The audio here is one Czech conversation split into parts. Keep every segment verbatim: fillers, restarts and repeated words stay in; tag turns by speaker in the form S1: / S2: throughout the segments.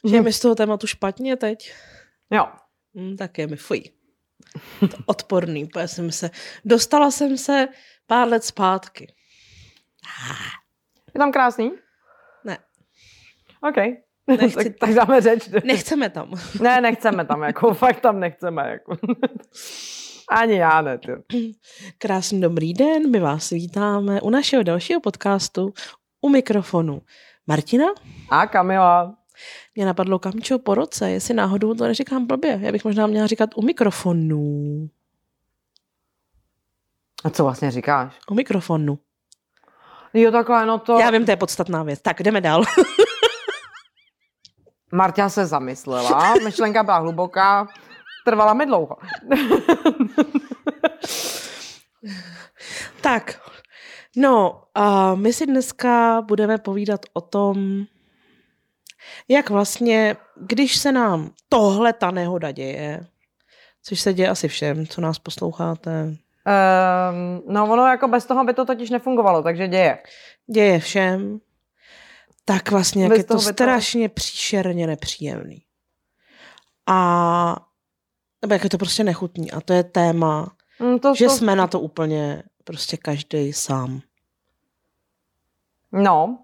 S1: Že je mi z toho tématu špatně teď?
S2: Jo.
S1: Hmm, tak je mi fuj. To odporný, protože jsem se... Dostala jsem se pár let zpátky.
S2: Je tam krásný?
S1: Ne.
S2: OK.
S1: Nechci,
S2: tak, tak dáme řeč.
S1: Nechceme tam.
S2: Ne, nechceme tam, jako fakt tam nechceme. Jako. Ani já ne. Ty.
S1: Krásný dobrý den, my vás vítáme u našeho dalšího podcastu u mikrofonu Martina
S2: a Kamila.
S1: Mě napadlo, Kamčo, po roce, jestli náhodou to neříkám blbě. Já bych možná měla říkat u mikrofonu.
S2: A co vlastně říkáš?
S1: U mikrofonu.
S2: Jo, takhle, no to...
S1: Já vím, to je podstatná věc. Tak, jdeme dál.
S2: Marta se zamyslela, myšlenka byla hluboká, trvala mi dlouho.
S1: Tak, no, a my si dneska budeme povídat o tom, jak vlastně, když se nám tohle ta nehoda děje, což se děje asi všem, co nás posloucháte.
S2: Um, no ono jako bez toho by to totiž nefungovalo, takže děje.
S1: Děje všem. Tak vlastně, jak
S2: bez
S1: je to
S2: to...
S1: strašně příšerně nepříjemný. A nebo jak je to prostě nechutný. A to je téma,
S2: mm, to,
S1: že
S2: to...
S1: jsme na to úplně prostě každý sám.
S2: No.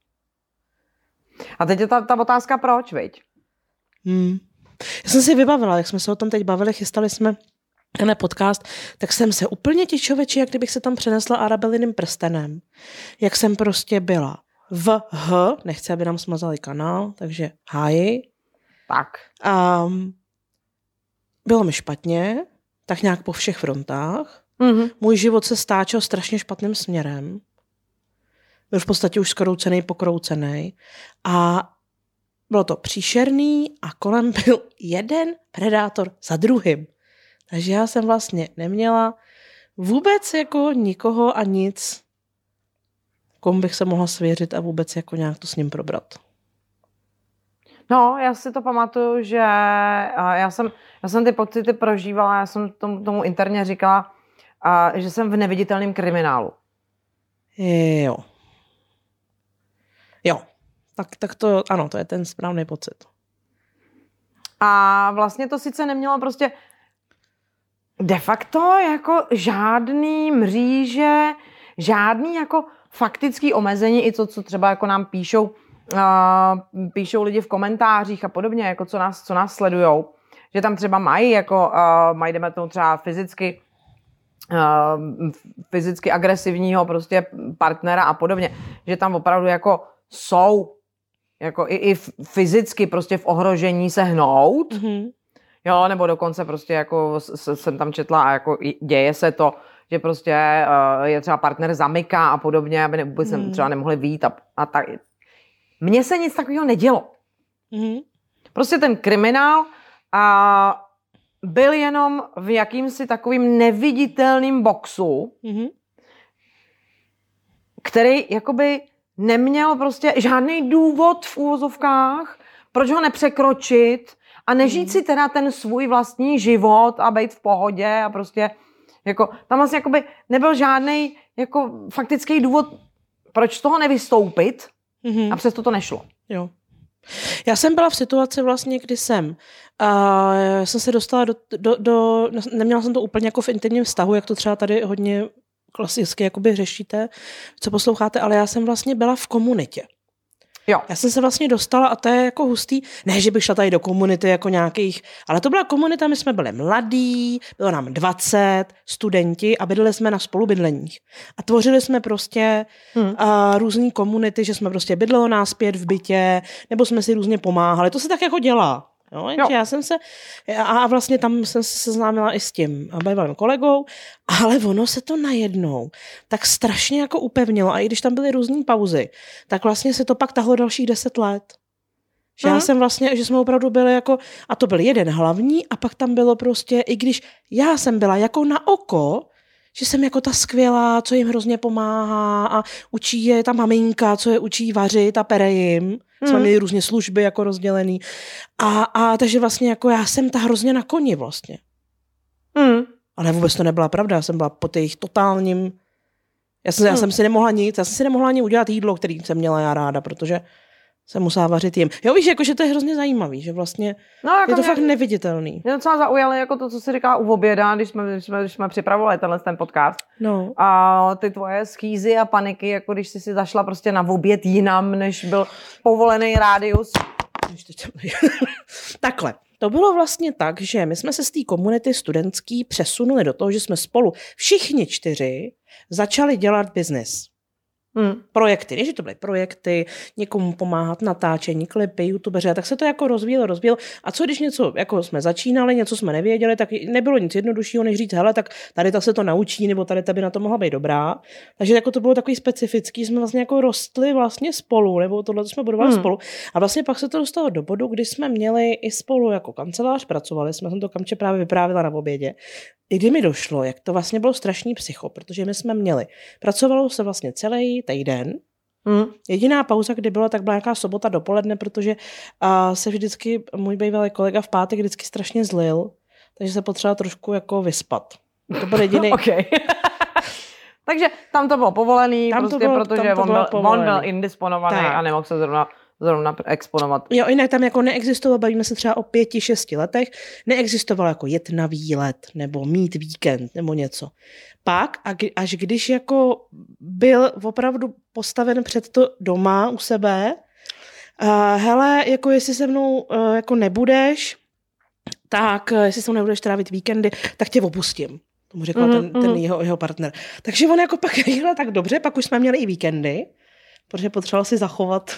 S2: A teď je ta, ta otázka proč, viď?
S1: Hmm. Já jsem si vybavila, jak jsme se o tom teď bavili, chystali jsme na podcast, tak jsem se úplně těčoveči, jak kdybych se tam přenesla Arabeliným prstenem. Jak jsem prostě byla v H, nechci, aby nám smazali kanál, takže háji.
S2: Tak.
S1: Um, bylo mi špatně, tak nějak po všech frontách.
S2: Mm-hmm.
S1: Můj život se stáčel strašně špatným směrem. Byl v podstatě už skroucený, pokroucený. A bylo to příšerný a kolem byl jeden predátor za druhým. Takže já jsem vlastně neměla vůbec jako nikoho a nic, komu bych se mohla svěřit a vůbec jako nějak to s ním probrat.
S2: No, já si to pamatuju, že já jsem, já jsem ty pocity prožívala, já jsem tomu, tomu interně říkala, že jsem v neviditelném kriminálu.
S1: Jo. Jo. Tak, tak to, ano, to je ten správný pocit.
S2: A vlastně to sice nemělo prostě de facto jako žádný mříže, žádný jako faktický omezení, i to, co třeba jako nám píšou, uh, píšou lidi v komentářích a podobně, jako co nás, co nás sledujou, že tam třeba mají jako, uh, mají jdeme tomu třeba fyzicky, uh, fyzicky agresivního prostě partnera a podobně, že tam opravdu jako jsou jako i, i fyzicky prostě v ohrožení se hnout, mm-hmm. Jo, nebo dokonce prostě jako jsem tam četla a jako děje se to, že prostě uh, je třeba partner zamyká a podobně, aby ne, vůbec hmm. třeba nemohli vyjít a, a tak. Mně se nic takového nedělo. Hmm. Prostě ten kriminál a byl jenom v jakýmsi takovým neviditelným boxu, hmm. který jakoby neměl prostě žádný důvod v úvozovkách, proč ho nepřekročit, a nežít hmm. si teda ten svůj vlastní život a být v pohodě a prostě jako, tam vlastně jakoby nebyl žádný jako faktický důvod, proč z toho nevystoupit hmm. a přesto to nešlo.
S1: Jo. Já jsem byla v situaci vlastně, kdy jsem, uh, jsem se dostala do, do, do, neměla jsem to úplně jako v intimním vztahu, jak to třeba tady hodně klasicky jakoby řešíte, co posloucháte, ale já jsem vlastně byla v komunitě.
S2: Jo.
S1: Já jsem se vlastně dostala a to je jako hustý, ne, že bych šla tady do komunity jako nějakých, ale to byla komunita, my jsme byli mladí, bylo nám dvacet, studenti a bydleli jsme na spolubydleních. A tvořili jsme prostě hmm. uh, různý komunity, že jsme prostě bydlelo nás pět v bytě, nebo jsme si různě pomáhali. To se tak jako dělá. Jo, jo. Já jsem se, a vlastně tam jsem se seznámila i s tím bývalým kolegou, ale ono se to najednou tak strašně jako upevnilo a i když tam byly různý pauzy, tak vlastně se to pak tahlo dalších deset let. Že mm. já jsem vlastně, že jsme opravdu byli jako, a to byl jeden hlavní a pak tam bylo prostě, i když já jsem byla jako na oko, že jsem jako ta skvělá, co jim hrozně pomáhá a učí je ta maminka, co je učí vařit a pere jim. Mm. Jsme měli různě služby jako rozdělený. A, a takže vlastně jako já jsem ta hrozně na koni vlastně. Mm. Ale vůbec to nebyla pravda, já jsem byla po těch totálním, já jsem, mm. já jsem si nemohla nic, já jsem si nemohla ani udělat jídlo, který jsem měla já ráda, protože se musela vařit jim. Jo, víš, jako, že to je hrozně zajímavý, že vlastně
S2: no, jako
S1: je to
S2: mě,
S1: fakt neviditelný.
S2: Mě docela zaujalo jako to, co jsi říkala u oběda, když jsme, když jsme, když jsme připravovali tenhle ten podcast.
S1: No.
S2: A ty tvoje schýzy a paniky, jako když jsi si zašla prostě na oběd jinam, než byl povolený rádius.
S1: Takhle. To bylo vlastně tak, že my jsme se z té komunity studentský přesunuli do toho, že jsme spolu všichni čtyři začali dělat biznis. Hmm. Projekty, než to byly projekty, někomu pomáhat, natáčení, klipy, youtubeři, a tak se to jako rozvíjelo, rozvíjelo. A co když něco, jako jsme začínali, něco jsme nevěděli, tak nebylo nic jednoduššího, než říct, hele, tak tady ta se to naučí, nebo tady ta by na to mohla být dobrá. Takže jako to bylo takový specifický, jsme vlastně jako rostli vlastně spolu, nebo tohle jsme budovali hmm. spolu. A vlastně pak se to dostalo do bodu, kdy jsme měli i spolu jako kancelář, pracovali jsme, jsem to Kamče právě vyprávila na obědě. I kdy mi došlo, jak to vlastně bylo strašný psycho, protože my jsme měli, pracovalo se vlastně celý týden. Mm. Jediná pauza, kdy byla, tak byla nějaká sobota dopoledne, protože uh, se vždycky můj bývalý kolega v pátek vždycky strašně zlil, takže se potřeba trošku jako vyspat. To byl jediný.
S2: Okay. Takže tam to bylo povolený,
S1: tam
S2: prostě
S1: to bylo,
S2: protože
S1: to
S2: on, byl, on byl indisponovaný
S1: tak.
S2: A nemohl se zrovna zrovna exponovat.
S1: Jo, jinak tam jako neexistovalo, bavíme se třeba o pěti, šesti letech, neexistovalo jako jet na výlet, nebo mít víkend, nebo něco. Pak, až když jako byl opravdu postaven před to doma u sebe, uh, hele, jako jestli se mnou uh, jako nebudeš, tak uh, jestli se mnou nebudeš trávit víkendy, tak tě opustím. Tomu řekl mm, ten, ten mm. jeho, jeho partner. Takže on jako pak říkal, tak dobře, pak už jsme měli i víkendy, protože potřeboval si zachovat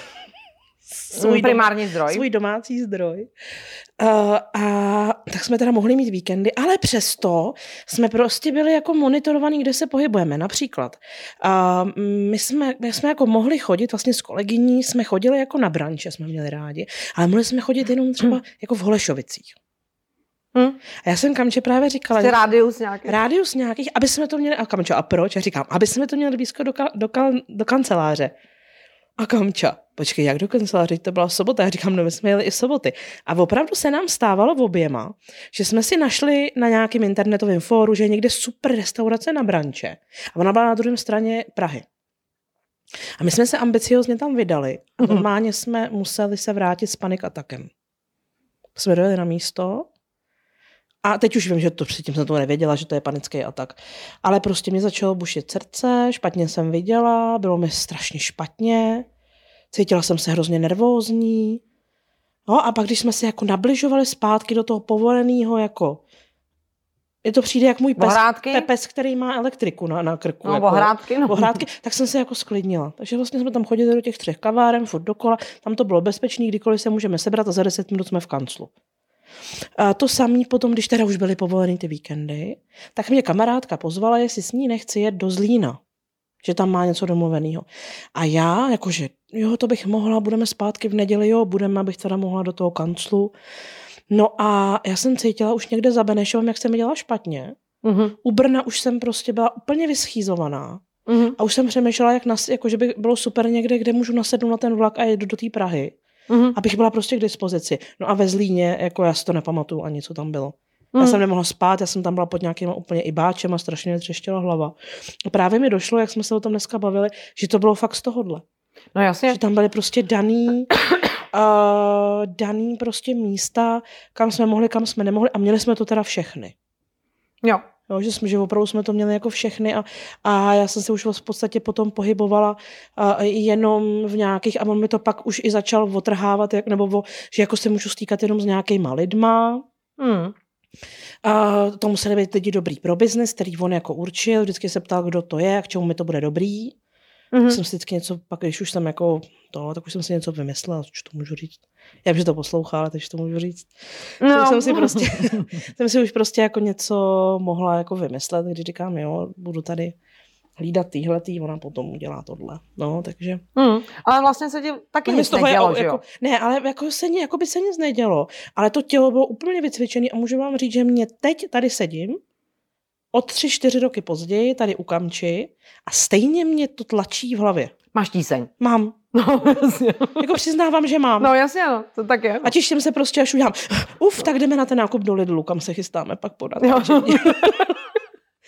S1: svůj,
S2: primární
S1: dom,
S2: zdroj.
S1: svůj domácí zdroj. Uh, a tak jsme teda mohli mít víkendy, ale přesto jsme prostě byli jako monitorovaní, kde se pohybujeme. Například uh, my, jsme, my jsme jako mohli chodit, vlastně s kolegyní jsme chodili jako na branče, jsme měli rádi, ale mohli jsme chodit jenom třeba hmm. jako v Holešovicích. Hmm. A já jsem Kamče právě říkala...
S2: Jste rádius nějaký.
S1: Rádius nějakých, aby jsme to měli... A Kamčo, a proč? Já říkám, aby jsme to měli blízko do, do, do kanceláře. A Kamča, počkej, jak do kanceláře? To byla sobota. Já říkám, no my jsme jeli i soboty. A opravdu se nám stávalo v oběma, že jsme si našli na nějakém internetovém fóru, že je někde super restaurace na branče. A ona byla na druhé straně Prahy. A my jsme se ambiciozně tam vydali. A normálně jsme museli se vrátit s panic attackem. Jsme dojeli na místo. A teď už vím, že to předtím jsem to nevěděla, že to je panický atak. Ale prostě mě začalo bušit srdce, špatně jsem viděla, bylo mi strašně špatně, cítila jsem se hrozně nervózní. No a pak, když jsme se jako nabližovali zpátky do toho povoleného, jako je to přijde jak můj pes, pepes, který má elektriku na, na krku.
S2: No,
S1: jako,
S2: ohrádky, no.
S1: ohrádky, tak jsem se jako sklidnila. Takže vlastně jsme tam chodili do těch třech kaváren, furt dokola, tam to bylo bezpečný, kdykoliv se můžeme sebrat a za deset minut jsme v kanclu. A to samý potom, když teda už byly povolený ty víkendy, tak mě kamarádka pozvala, jestli s ní nechci jet do Zlína, že tam má něco domluvenýho. A já, jakože, jo, to bych mohla, budeme zpátky v neděli, jo, budeme, abych teda mohla do toho kanclu. No a já jsem cítila už někde za Benešovem, jak jsem mi dělala špatně. Mm-hmm. U Brna už jsem prostě byla úplně vyschýzovaná. Mm-hmm. A už jsem přemýšlela, jak nas, jako, že by bylo super někde, kde můžu nasednout na ten vlak a jít do té Prahy. Mm-hmm. Abych byla prostě k dispozici. No a ve Zlíně, jako já si to nepamatuju ani, co tam bylo. Mm. Já jsem nemohla spát, já jsem tam byla pod nějakým úplně ibáčem a strašně mě třeštěla hlava. A právě mi došlo, jak jsme se o tom dneska bavili, že to bylo fakt z tohohle.
S2: No jasně.
S1: Že tam byly prostě daný, uh, daný prostě místa, kam jsme mohli, kam jsme nemohli a měli jsme to teda všechny.
S2: Jo.
S1: Jo, že, jsme, že opravdu jsme to měli jako všechny a, a já jsem se už v podstatě potom pohybovala a, jenom v nějakých, a on mi to pak už i začal otrhávat, jak, nebo o, že jako se můžu stýkat jenom s nějakýma lidma. Hmm. A to museli být lidi dobrý pro biznis, který on jako určil, vždycky se ptal, kdo to je a k čemu mi to bude dobrý. Mm-hmm. Jsem si vždycky něco, pak když už jsem jako to, tak už jsem si něco vymyslela, co to můžu říct. Já bych to poslouchala, takže to můžu říct. No. Jsem si prostě, jsem si už prostě jako něco mohla jako vymyslet, když říkám, jo, budu tady hlídat týhletý, ona potom udělá tohle. No, takže.
S2: Mm. Ale vlastně se ti taky nic nedělo, že jo?
S1: Jako, ne, ale jako, se, jako by se nic nedělo. Ale to tělo bylo úplně vycvičené a můžu vám říct, že mě teď tady sedím, od tři, čtyři roky později, tady u Kamči, a stejně mě to tlačí v hlavě.
S2: Máš tíseň?
S1: Mám.
S2: No, jasně.
S1: Jako přiznávám, že mám.
S2: No jasně, no, to tak je.
S1: A těším se prostě, až udělám. Uf, tak jdeme na ten nákup do Lidlu, kam se chystáme pak podat.
S2: Jo,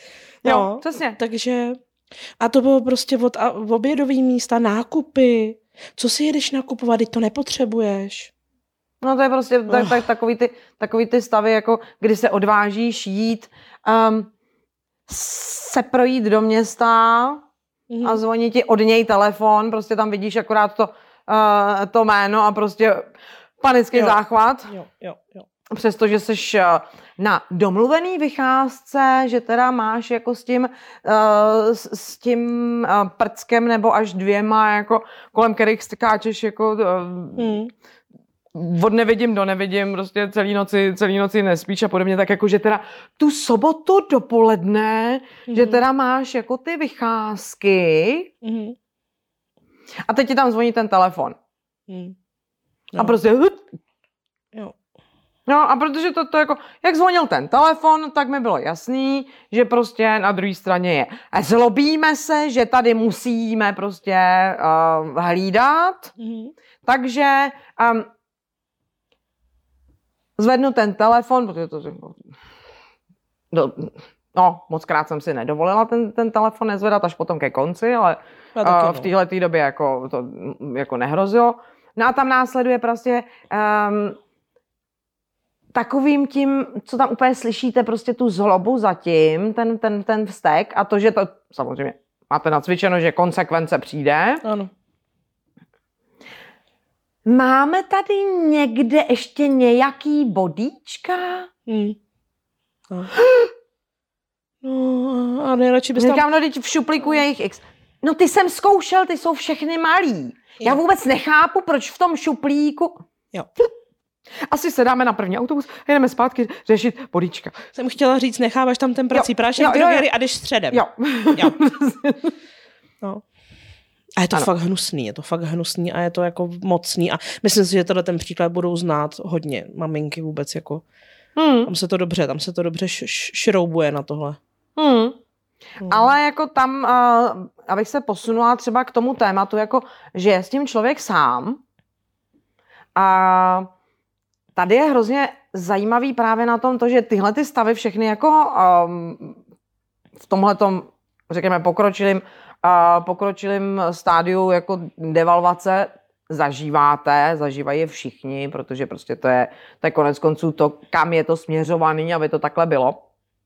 S1: no,
S2: jo přesně.
S1: Takže, a to bylo prostě od, od obědový místa, nákupy, Co si jedeš nakupovat, teď to nepotřebuješ.
S2: No to je prostě
S1: Oh.
S2: tak, tak, takový, ty, takový ty stavy, jako kdy se odvážíš jít, um, se projít do města
S1: Mhm.
S2: a zvoní ti od něj telefon, prostě tam vidíš akorát to, uh, to jméno a prostě panický
S1: Jo.
S2: záchvat.
S1: Jo, jo, jo.
S2: Přestože jsi na domluvený vycházce, že teda máš jako s tím, uh, s, s tím uh, prckem nebo až dvěma, jako kolem kterých skáčeš jako uh,
S1: Hmm.
S2: od nevidím do nevidím, prostě celý noci, celý noci nespíš a podobně, tak jako, že teda tu sobotu dopoledne,
S1: Mhm.
S2: že teda máš jako ty vycházky
S1: Mhm.
S2: a teď ti tam zvoní ten telefon.
S1: Hmm.
S2: A
S1: No.
S2: prostě
S1: Jo.
S2: no a protože to, to jako, jak zvonil ten telefon, tak mi bylo jasný, že prostě na druhé straně je. A zlobíme se, že tady musíme prostě uh, hlídat,
S1: Mhm.
S2: takže um, zvednu ten telefon, protože to do, no, moc krát jsem si nedovolila ten, ten telefon nezvedat až potom ke konci, ale
S1: Já taky,
S2: uh,
S1: no.
S2: v téhletý době jako to mm, jako nehrozilo. No a tam následuje prostě um, takovým tím, co tam úplně slyšíte, prostě tu zlobu zatím, ten, ten, ten vztek a to, že to samozřejmě máte nacvičeno, že konsekvence přijde.
S1: Ano.
S2: Máme tady někde ještě nějaký bodíčka?
S1: Hmm. No. No a nejradši bys tam...
S2: Říkám, no teď v šuplíku je jich x. No ty jsem zkoušel, ty jsou všechny malý. Já
S1: Jo.
S2: vůbec nechápu, proč v tom šuplíku...
S1: Jo.
S2: Asi se dáme na první autobus a jedeme zpátky řešit bodíčka.
S1: Jsem chtěla říct, necháváš tam ten prací
S2: Jo,
S1: prášek
S2: jo,
S1: v
S2: jo, jo.
S1: drogerii a jdeš středem.
S2: Jo.
S1: Jo. No. A je to
S2: Ano.
S1: fakt hnusný, je to fakt hnusný a je to jako mocný a myslím si, že tohle ten příklad budou znát hodně maminky vůbec jako,
S2: Hmm.
S1: tam se to dobře, tam se to dobře š- š- šroubuje na tohle.
S2: Hmm.
S1: Hmm.
S2: Ale jako tam, uh, abych se posunula třeba k tomu tématu, jako, že je s tím člověk sám. A tady je hrozně zajímavý právě na tom to, že tyhle ty stavy všechny jako um, v tomhletom, řekněme, pokročilým, uh, pokročilým stádiu jako devalvace zažíváte, zažívají je všichni, protože prostě to je, to je konec konců to, kam je to směřovaný, aby to takhle bylo.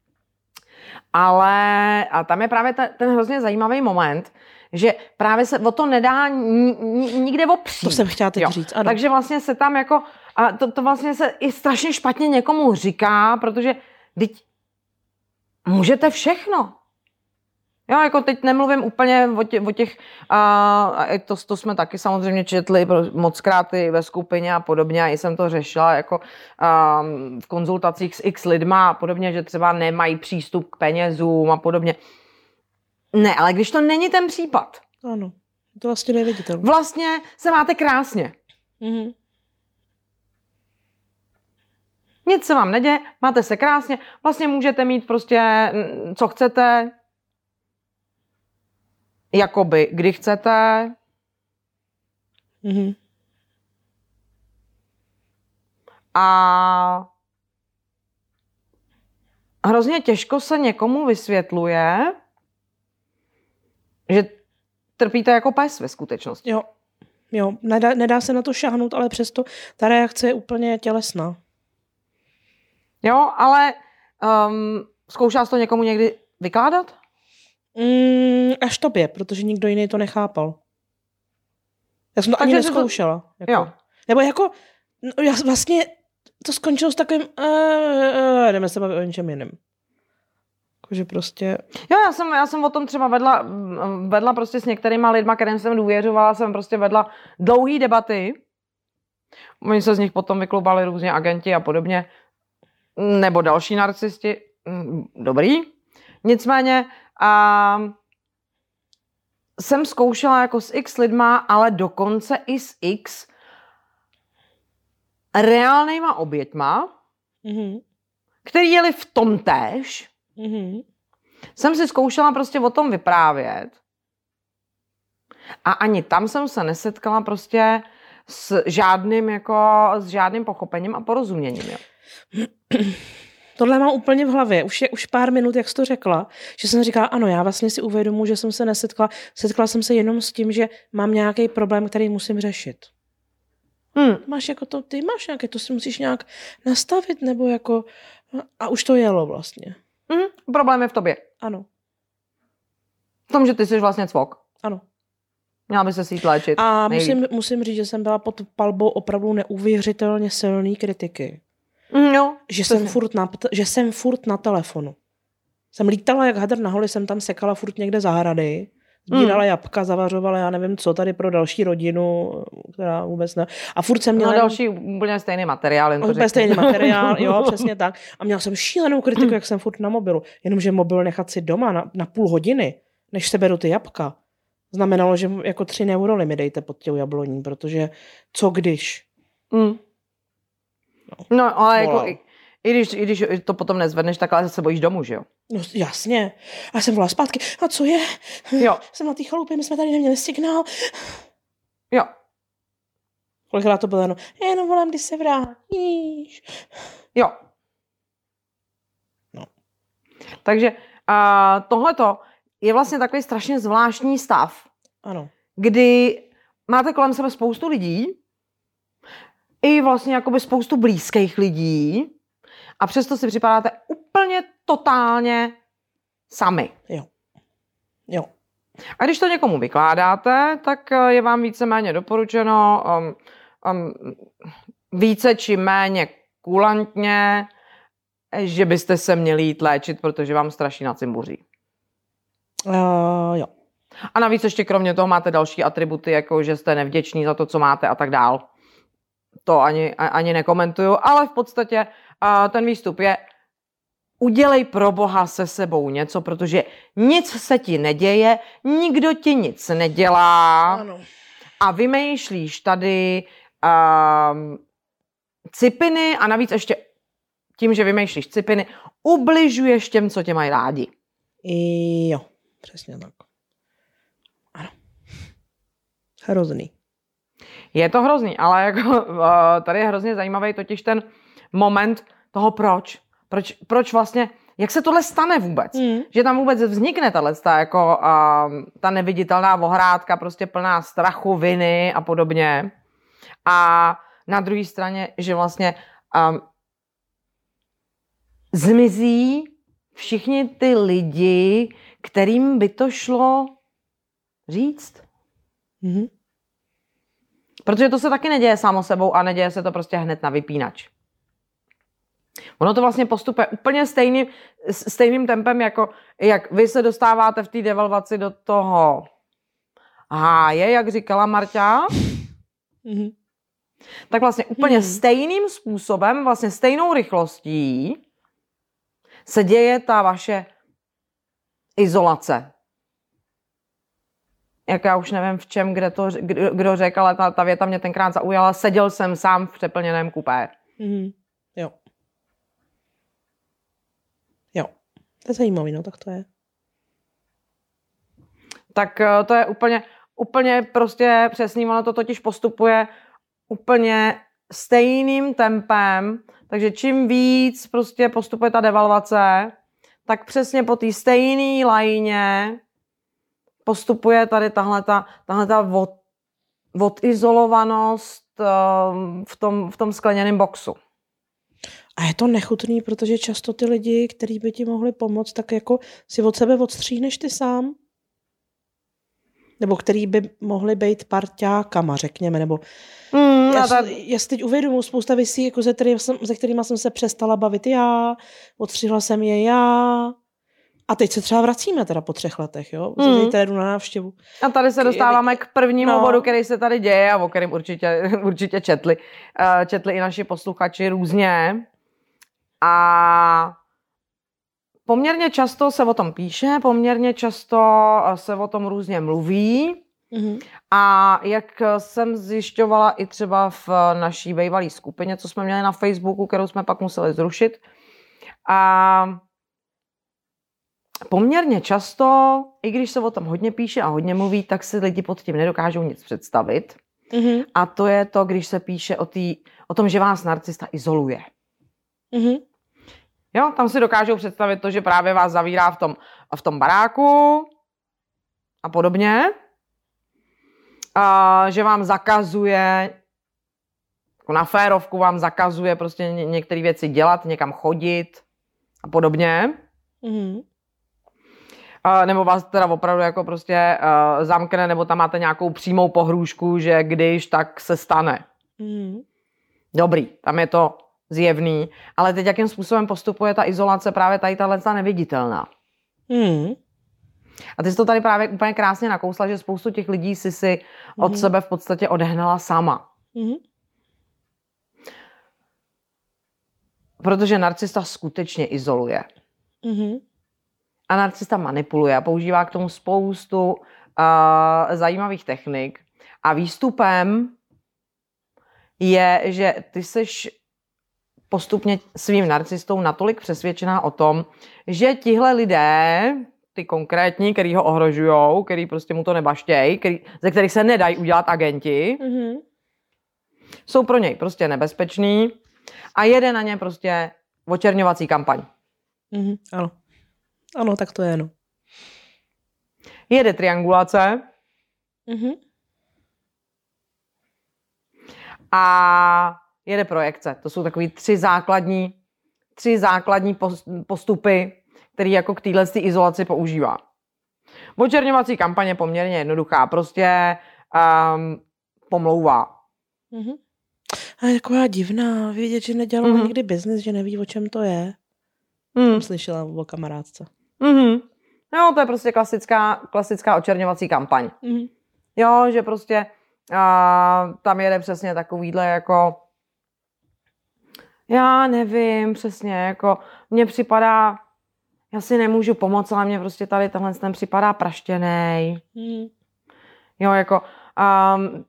S2: Ale a tam je právě ten, ten hrozně zajímavý moment, že právě se o to nedá ni, ni, nikde opřít.
S1: To jsem chtěla teď
S2: Jo.
S1: říct, ano.
S2: Takže vlastně se tam jako, a to, to vlastně se i strašně špatně někomu říká, protože teď můžete všechno. Jo, jako teď nemluvím úplně o, tě, o těch, a to, to jsme taky samozřejmě četli mockrát i ve skupině a podobně, a jsem to řešila jako um, v konzultacích s x lidma a podobně, že třeba nemají přístup k penězům a podobně. Ne, ale když to není ten případ,
S1: Ano, to vlastně neviditelné.
S2: vlastně se máte krásně.
S1: Mhm.
S2: Nic se vám neděje, máte se krásně, vlastně můžete mít prostě, mm, co chcete, jakoby, kdy chcete.
S1: Mhm.
S2: A hrozně těžko se někomu vysvětluje, že trpíte jako pes ve skutečnosti.
S1: Jo, jo, nedá, nedá se na to šáhnout, ale přesto ta reakce je úplně tělesná.
S2: Jo, ale um, zkoušela jsi to někomu někdy vykládat?
S1: Mm, až tobě, protože nikdo jiný to nechápal. Já jsem to ani
S2: Takže jsi to-
S1: neskoušela. Jako.
S2: Jo.
S1: Nebo jako, no, já vlastně to skončilo s takovým, uh, uh, jdeme se bavit o něčem jiném. Jakože prostě,
S2: Jo, já jsem, já jsem o tom třeba vedla, vedla prostě s některýma lidma, kterým jsem důvěřovala, jsem prostě vedla dlouhý debaty. Oni se z nich potom vyklubali různě agenti a podobně. Nebo další narcisti. Dobrý. Nicméně a jsem zkoušela jako s x lidma, ale dokonce i s x reálnýma oběťma,
S1: mhm,
S2: který jeli v tom též.
S1: mhm,
S2: Jsem si zkoušela prostě o tom vyprávět a ani tam jsem se nesetkala prostě s žádným jako, s žádným pochopením a porozuměním. Jo.
S1: Tohle mám úplně v hlavě. Už je už pár minut, jak jsi to řekla, že jsem říkala, ano, já vlastně si uvědomuji, že jsem se nesetkala. Setkala jsem se jenom s tím, že mám nějaký problém, který musím řešit. Hmm. Máš jako to, ty máš nějaké, to si musíš nějak nastavit, nebo jako, a už to jelo vlastně.
S2: Hmm. Problém je v tobě.
S1: Ano.
S2: V tom, že ty jsi vlastně cvok.
S1: Ano.
S2: Měla by se si jít léčit.
S1: A musím, musím říct, že jsem byla pod palbou opravdu neuvěřitelně silný kritiky.
S2: Mm, jo,
S1: že, jsem furt na, že jsem furt na telefonu. Jsem lítala jak hadr na holi, jsem tam sekala furt někde zahrady, sbírala mm. jabka, zavařovala, já nevím co tady pro další rodinu, která vůbec ne. A furt jsem měla...
S2: No další jenom... úplně stejný materiál. Jen to
S1: úplně stejný materiál, jo, přesně tak. A měla jsem šílenou kritiku, jak jsem furt na mobilu. Jenomže mobil nechat si doma na, na půl hodiny, než se beru ty jabka, znamenalo, že jako tři neuroly mi dejte pod těm jabloní, protože co když?
S2: Mm. No, no ale jako, i, i, když, i když to potom nezvedneš, tak ale se bojíš domů, že jo?
S1: No jasně. A jsem volala zpátky. A co je?
S2: Jo.
S1: Jsem na té chalupě, my jsme tady neměli signál.
S2: Jo.
S1: Kolikrát to bylo jenom, jenom volám, když se vrátíš.
S2: Jo.
S1: No.
S2: Takže uh, tohleto je vlastně takový strašně zvláštní stav.
S1: Ano.
S2: Kdy máte kolem sebe spoustu lidí, i vlastně jakoby spoustu blízkých lidí a přesto si připadáte úplně totálně sami.
S1: Jo. Jo.
S2: A když to někomu vykládáte, tak je vám víceméně doporučeno um, um, více či méně kulantně, že byste se měli jít léčit, protože vám straší na cimbuří.
S1: Uh, jo.
S2: A navíc ještě kromě toho máte další atributy, jako že jste nevděční za to, co máte a tak dál. To ani, ani nekomentuju, ale v podstatě uh, ten výstup je: udělej pro boha se sebou něco, protože nic se ti neděje, nikdo ti nic nedělá.
S1: Ano.
S2: A vymýšlíš tady uh, cipiny a navíc ještě tím, že vymýšlíš cipiny, ubližuješ těm, co tě mají rádi.
S1: Jo, přesně tak. Ano. Hrozný.
S2: Je to hrozný, ale jako, uh, tady je hrozně zajímavý totiž ten moment toho proč. Proč, proč vlastně, jak se tohle stane vůbec? Mm. Že tam vůbec vznikne tahle ta, jako, uh, ta neviditelná ohrádka, prostě plná strachu, viny a podobně. A na druhé straně, že vlastně um, zmizí všichni ty lidi, kterým by to šlo říct.
S1: Mm-hmm.
S2: Protože to se taky neděje samo sebou a neděje se to prostě hned na vypínač. Ono to vlastně postupuje úplně stejným, stejným tempem, jako jak vy se dostáváte v té devalvaci do toho háje, jak říkala Marťa.
S1: Mm-hmm.
S2: Tak vlastně úplně
S1: mm-hmm.
S2: stejným způsobem, vlastně stejnou rychlostí se děje ta vaše izolace. Jak já už nevím v čem, kde to, kdo, kdo řekl, ale ta, ta věta mě tenkrát zaujala. Seděl jsem sám v přeplněném kupé.
S1: Mm-hmm. Jo. Jo. To je zajímavý, no tak to je.
S2: Tak to je úplně, úplně prostě přesný, ono to totiž postupuje úplně stejným tempem, takže čím víc prostě postupuje ta devalvace, tak přesně po té stejné lajně postupuje tady tahleta, tahleta od, odizolovanost uh, v tom, v tom skleněném boxu.
S1: A je to nechutný, protože často ty lidi, kteří by ti mohli pomoct, tak jako si od sebe odstříhneš ty sám. Nebo který by mohli být parťákama, řekněme, nebo mm, já, ta... já si teď uvědomuji spousta věcí, jako ze, který jsem, ze kterýma jsem se přestala bavit já, odstřihla jsem je já a teď se třeba vracíme teda po třech letech, jo, mm. teď tady jdu na návštěvu.
S2: A tady se dostáváme k prvnímu no. bodu, který se tady děje a o kterém určitě, určitě četli, četli i naši posluchači různě a poměrně často se o tom píše, poměrně často se o tom různě mluví mm-hmm. a jak jsem zjišťovala i třeba v naší bývalé skupině, co jsme měli na Facebooku, kterou jsme pak museli zrušit, a poměrně často, i když se o tom hodně píše a hodně mluví, tak si lidi pod tím nedokážou nic představit. Mm-hmm. A to je to, když se píše o, tý, o tom, že vás narcista izoluje. Mm-hmm. Jo, tam si dokážou představit to, že právě vás zavírá v tom, v tom baráku a podobně. A že vám zakazuje, jako na férovku vám zakazuje prostě ně- některé věci dělat, někam chodit a podobně.
S1: Mm-hmm.
S2: A nebo vás teda opravdu jako prostě uh, zamkne, nebo tam máte nějakou přímou pohrůžku, že když, tak se stane.
S1: Mm-hmm.
S2: Dobrý, tam je to zjevný, ale teď jakým způsobem postupuje ta izolace právě tady tato neviditelná.
S1: Mm-hmm.
S2: A ty jsi to tady právě úplně krásně nakousla, že spoustu těch lidí si si od
S1: mm-hmm.
S2: sebe v podstatě odehnala sama.
S1: Mm-hmm.
S2: Protože narcista skutečně izoluje.
S1: Mm-hmm.
S2: A narcista manipuluje a používá k tomu spoustu uh, zajímavých technik. A výstupem je, že ty seš postupně svým narcistou natolik přesvědčená o tom, že tihle lidé, ty konkrétní, který ho ohrožujou, který prostě mu to nebaštějí, který, ze kterých se nedají udělat agenti,
S1: Mm-hmm.
S2: jsou pro něj prostě nebezpeční a jede na ně prostě očerňovací kampaň.
S1: Mm-hmm. Ano. Ano, tak to je, no.
S2: Jede triangulace
S1: Mm-hmm.
S2: a jede projekce. To jsou takový tři základní, tři základní postupy, který jako k téhle izolaci používá. Očerňovací kampaň je poměrně jednoduchá, prostě um, pomlouvá.
S1: Mm-hmm. A je taková divná, vědět, že nedělala
S2: Mm-hmm.
S1: nikdy biznis, že neví, o čem to je.
S2: Mm.
S1: Jsem slyšela o kamarádce.
S2: Mm-hmm. No, to je prostě klasická, klasická očerňovací kampaň.
S1: Mm-hmm.
S2: Jo, že prostě uh, tam jede přesně takovýhle jako já nevím přesně, jako mně připadá, já si nemůžu pomoct, ale mně prostě tady tenhle ten připadá praštěnej.
S1: Mm-hmm.
S2: Jo, jako um,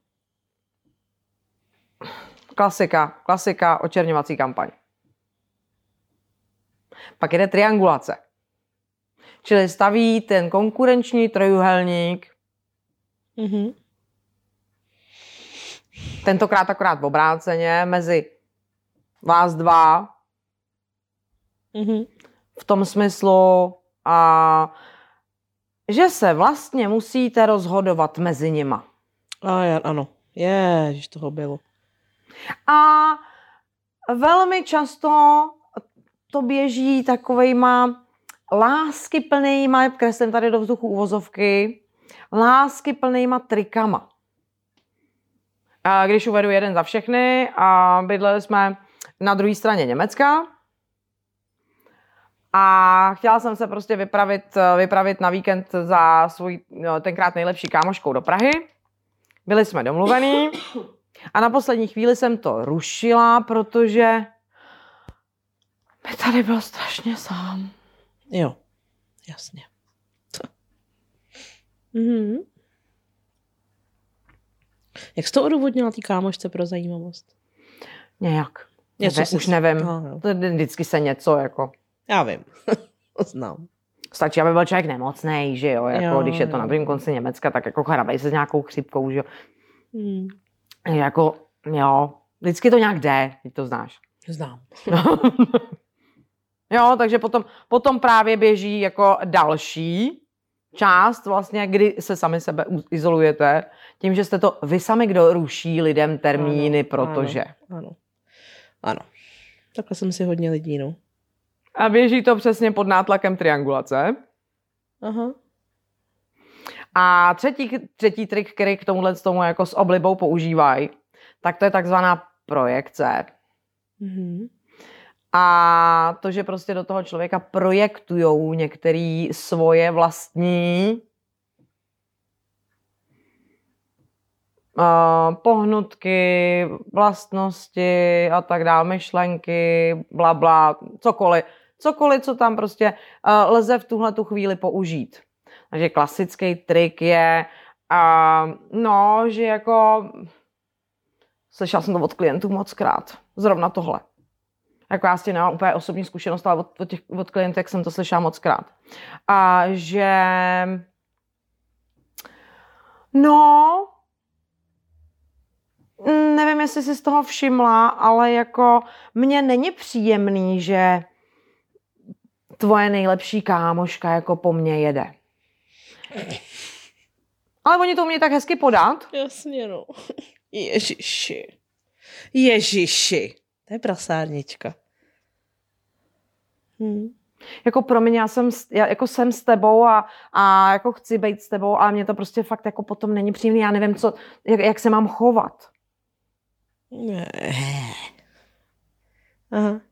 S2: klasika, klasika očerňovací kampaň. Pak jde triangulace. Čili staví ten konkurenční trojuhelník,
S1: Mm-hmm.
S2: tentokrát akorát v obráceně, mezi vás dva,
S1: Mm-hmm.
S2: v tom smyslu, a, že se vlastně musíte rozhodovat mezi nima.
S1: A já, ano. Ježiš, toho bylo.
S2: A velmi často to běží takovejma láskyplnýma, kreslím tady do vzduchu uvozovky, láskyplnýma trikama. A když uvedu jeden za všechny, a bydleli jsme na druhé straně Německa a chtěla jsem se prostě vypravit, vypravit na víkend za svůj no, tenkrát nejlepší kámoškou do Prahy. Byli jsme domluvení a na poslední chvíli jsem to rušila, protože mi tady byl strašně sám.
S1: Jo, jasně. Mhm. Jak jsi to odůvodnila té kámošce pro zajímavost?
S2: Nějak.
S1: Něco
S2: Neve,
S1: jsi-
S2: už nevím.
S1: No, jo.
S2: To je vždycky se něco jako...
S1: Já vím. Znám.
S2: Stačí, aby byl člověk nemocnej, že jo? Jako,
S1: Jo,
S2: když je to
S1: jo.
S2: na druhém konci Německa, tak jako hrabej se s nějakou chřipkou, že jo?
S1: Hmm.
S2: Jako, jo, vždycky to nějak jde, teď to znáš.
S1: Znám.
S2: Jo, takže potom, potom právě běží jako další část vlastně, kdy se sami sebe u- izolujete, tím, že jste to vy sami, kdo ruší lidem termíny,
S1: Ano,
S2: protože.
S1: Ano, ano. Ano. Takhle jsem si hodně lidí, no.
S2: A běží to přesně pod nátlakem triangulace.
S1: Aha.
S2: A třetí, třetí trik, který k tomuhle tomu jako s oblibou používají, tak to je takzvaná projekce.
S1: Mhm.
S2: A to, že prostě do toho člověka projektujou některé svoje vlastní uh, pohnutky, vlastnosti a tak dále, myšlenky, bla, bla, cokoliv. Cokoliv, co tam prostě uh, lze v tuhle tu chvíli použít. Takže klasický trik je, uh, no, že jako slyšela jsem to od klientů moc krát. Zrovna tohle. Jako já s tím nemám úplně osobní zkušenost, ale od, od, těch, od klientek jsem to slyšela moc krát. A že no nevím, jestli jsi z toho všimla, ale jako mně není příjemný, že tvoje nejlepší kámoška jako po mně jede. Ale oni to umějí tak hezky podat.
S1: Jasně, no. Ježiši. Ježiši. To je prasárnička. Hm.
S2: Jako pro mě, já jsem, já jako jsem s tebou a, a jako chci být s tebou, ale mě to prostě fakt jako potom není příjemný. Já nevím, co, jak, jak se mám chovat.
S1: Aha.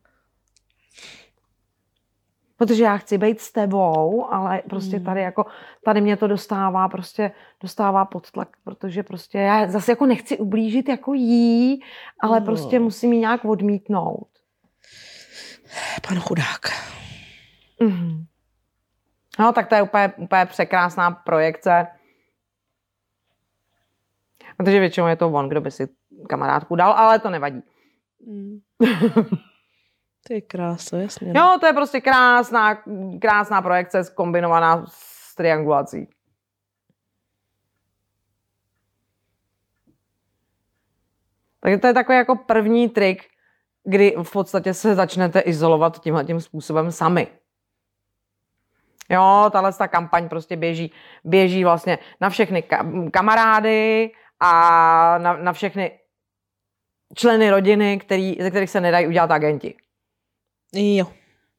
S2: Protože já chci být s tebou, ale prostě tady jako, tady mě to dostává prostě, dostává pod tlak, protože prostě já zase jako nechci ublížit jako jí, ale prostě musím jí nějak odmítnout.
S1: Pan chudák.
S2: Mm. No, tak to je úplně, úplně překrásná projekce. Protože většinou je to on, kdo by si kamarádku dal, ale to nevadí.
S1: Mm. To je krásné, jasně.
S2: Jo, to je prostě krásná, krásná projekce zkombinovaná s triangulací. Takže to je takový jako první trik, kdy v podstatě se začnete izolovat tímhletím způsobem sami. Jo, tahle ta kampaň prostě běží, běží vlastně na všechny ka- kamarády a na, na všechny členy rodiny, který, ze kterých se nedají udělat agenti.
S1: Jo.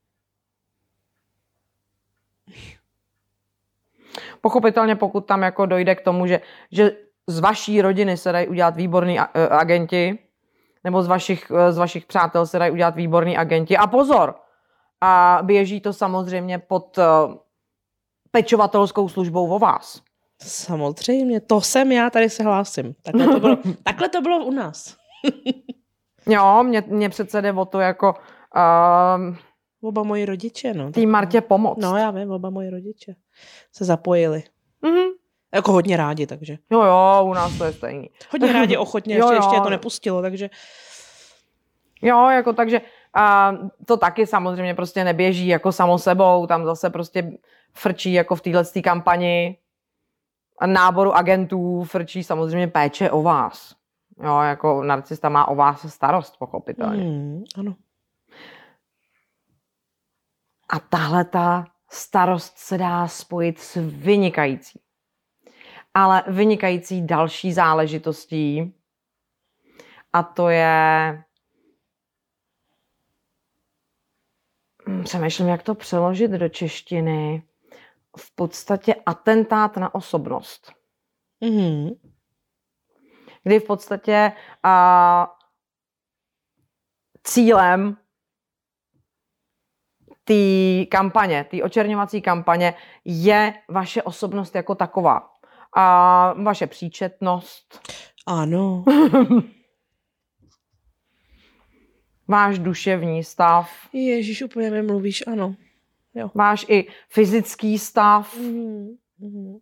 S2: Pochopitelně, pokud tam jako dojde k tomu, že, že z vaší rodiny se dají udělat výborní agenti, nebo z vašich, z vašich přátel se dají udělat výborní agenti. A pozor, a běží to samozřejmě pod pečovatelskou službou o vás.
S1: Samozřejmě, to jsem já, tady se hlásím. Takhle to bylo, takhle to bylo u nás.
S2: Jo, mě, mě přece jde o to jako um,
S1: oba moji rodiče, no.
S2: Tý Martě pomoct.
S1: No, já vím, oba moji rodiče se zapojili.
S2: Mm-hmm.
S1: Jako hodně rádi, takže.
S2: Jo, jo, u nás to je stejný.
S1: Hodně rádi, ochotně, ještě, jo, jo. ještě to nepustilo, takže.
S2: Jo, jako takže a to taky samozřejmě prostě neběží jako samo sebou, tam zase prostě frčí jako v této kampani a náboru agentů frčí samozřejmě péče o vás. Jo, jako narcista má o vás starost, pochopitelně.
S1: Mm, ano.
S2: A tahle ta starost se dá spojit s vynikající. Ale vynikající další záležitostí a to je přemýšlím, jak to přeložit do češtiny. V podstatě atentát na osobnost.
S1: Mm-hmm.
S2: Kdy v podstatě a, cílem té kampaně, té očerňovací kampaně je vaše osobnost jako taková. A vaše příčetnost.
S1: Ano.
S2: Váš duševní stav.
S1: Ježíš, úplně mi mluvíš, ano. Jo.
S2: Váš i fyzický stav.
S1: Mm-hmm.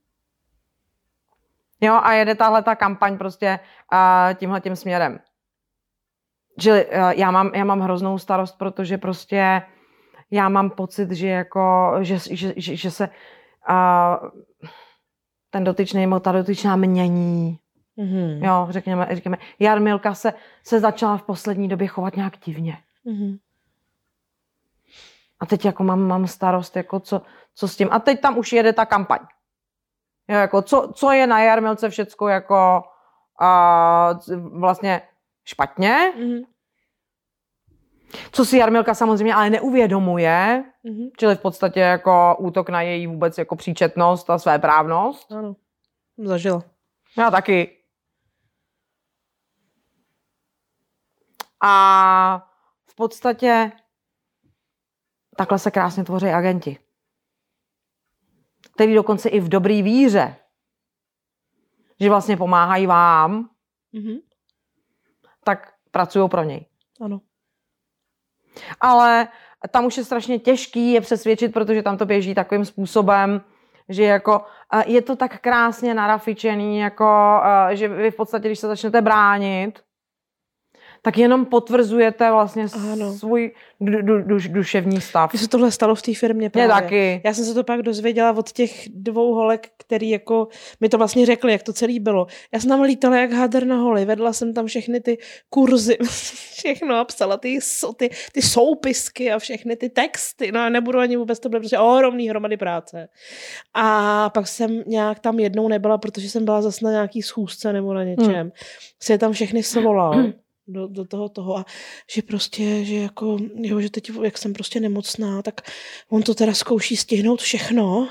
S2: Jo, a jede tahle ta kampaň prostě uh, tímhletím směrem. Že uh, já, mám, já mám hroznou starost, protože prostě já mám pocit, že jako, že, že, že, že se uh, ten dotyčný nebo ta dotyčná mění.
S1: Mm-hmm.
S2: Jo, řekněme, řekněme, Jarmilka se, se začala v poslední době chovat nějak divně.
S1: Mm-hmm.
S2: A teď jako mám, mám starost, jako co, co s tím. A teď tam už jede ta kampaň. Jo, jako co, co je na Jarmilce všecko jako uh, vlastně špatně.
S1: Mm-hmm.
S2: Co si Jarmilka samozřejmě ale neuvědomuje,
S1: mm-hmm.
S2: čili v podstatě jako útok na její vůbec jako příčetnost a svéprávnost.
S1: Ano, zažila.
S2: Já taky. A v podstatě takhle se krásně tvoří agenti. Který dokonce i v dobrý víře, že vlastně pomáhají vám,
S1: mm-hmm.
S2: tak pracují pro něj.
S1: Ano.
S2: Ale tam už je strašně těžký je přesvědčit, protože tam to běží takovým způsobem, že jako je to tak krásně narafičený, jako, že vy v podstatě, když se začnete bránit, tak jenom potvrzujete vlastně
S1: ano.
S2: svůj du, du, du, duševní stav.
S1: Mně se tohle stalo v té firmě právě.
S2: Mě taky.
S1: Já jsem se to pak dozvěděla od těch dvou holek, který jako mi to vlastně řekli, jak to celý bylo. Já jsem tam lítala jak hadr na holi, vedla jsem tam všechny ty kurzy, všechno a psala ty, ty, ty soupisky a všechny ty texty. No a nebudu ani vůbec, to byly prostě ohromný hromady práce. A pak jsem nějak tam jednou nebyla, protože jsem byla zase na nějaký schůzce nebo na něčem. Hmm. Se tam všechny svolal. Do, do toho toho a že prostě, že jako, jo, že teď, jak jsem prostě nemocná, tak on to teda zkouší stihnout všechno.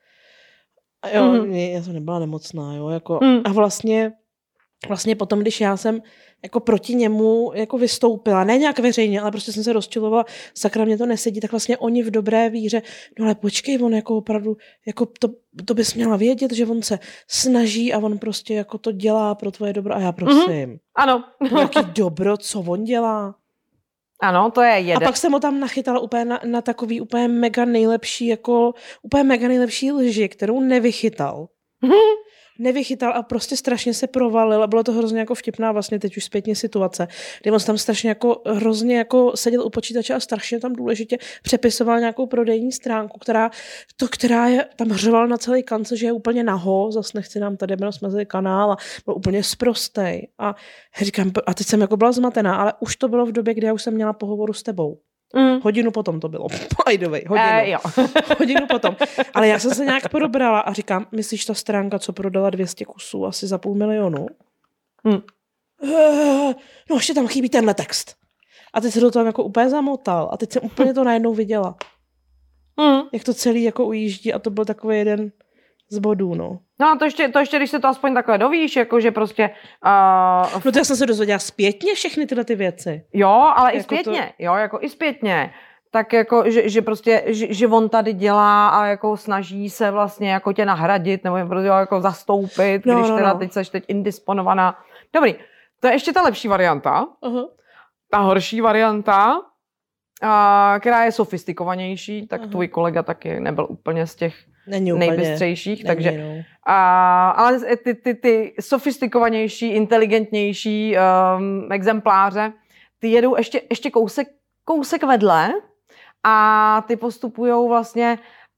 S1: A jo, mm. já jsem nebyla nemocná, jo, jako, mm. a vlastně, vlastně potom, když já jsem jako proti němu jako vystoupila, ne nějak veřejně, ale prostě jsem se rozčilovala, sakra, mě to nesedí, tak vlastně oni v dobré víře, no ale počkej, on jako opravdu, jako to, to bys měla vědět, že on se snaží a on prostě jako to dělá pro tvoje dobro a já prosím. Mm.
S2: Ano.
S1: Jaký dobro, co on dělá?
S2: Ano, to je jeden.
S1: A pak jsem ho tam nachytala úplně na, na takový úplně mega nejlepší, jako úplně mega nejlepší lži, kterou nevychytal. nevychytal a prostě strašně se provalil a bylo to hrozně jako vtipná vlastně teď už zpětně situace, kdy on tam strašně jako hrozně jako seděl u počítače a strašně tam důležitě přepisoval nějakou prodejní stránku, která, to, která je tam hřoval na celý kance, že je úplně naho, zase nechci nám tady jenom smazit kanál a byl úplně sprostej a říkám, a teď jsem jako byla zmatená, ale už to bylo v době, kdy já už jsem měla pohovoru s tebou. Mm. Hodinu potom to bylo. By the way, hodinu. E, jo. hodinu potom. Ale já jsem se nějak probrala a říkám, myslíš ta stránka, co prodala dvě stě kusů asi za půl milionu? Mm. E, no ještě tam chybí tenhle text. A teď se do toho jako úplně zamotal. A teď jsem úplně to najednou viděla. Mm. Jak to celý jako ujíždí a to byl takový jeden z bodů, no.
S2: No a to ještě, to ještě, když se to aspoň takhle dovíš, jako že prostě... Uh,
S1: no to já jsem se dozvěděla zpětně všechny tyhle ty věci.
S2: Jo, ale jako i zpětně,
S1: to...
S2: jo, jako i zpětně. Tak jako, že, že prostě, že, že on tady dělá a jako snaží se vlastně jako tě nahradit, nebo prostě jako zastoupit, no, když no, teda no. teď seš teď indisponovaná. Dobrý, to je ještě ta lepší varianta. Uh-huh. Ta horší varianta, uh, která je sofistikovanější, tak uh-huh. tvůj kolega taky nebyl úplně z těch nejbystřejších, takže
S1: no.
S2: a, ale ty, ty, ty sofistikovanější, inteligentnější um, exempláře, ty jedou ještě, ještě kousek, kousek vedle a ty postupujou vlastně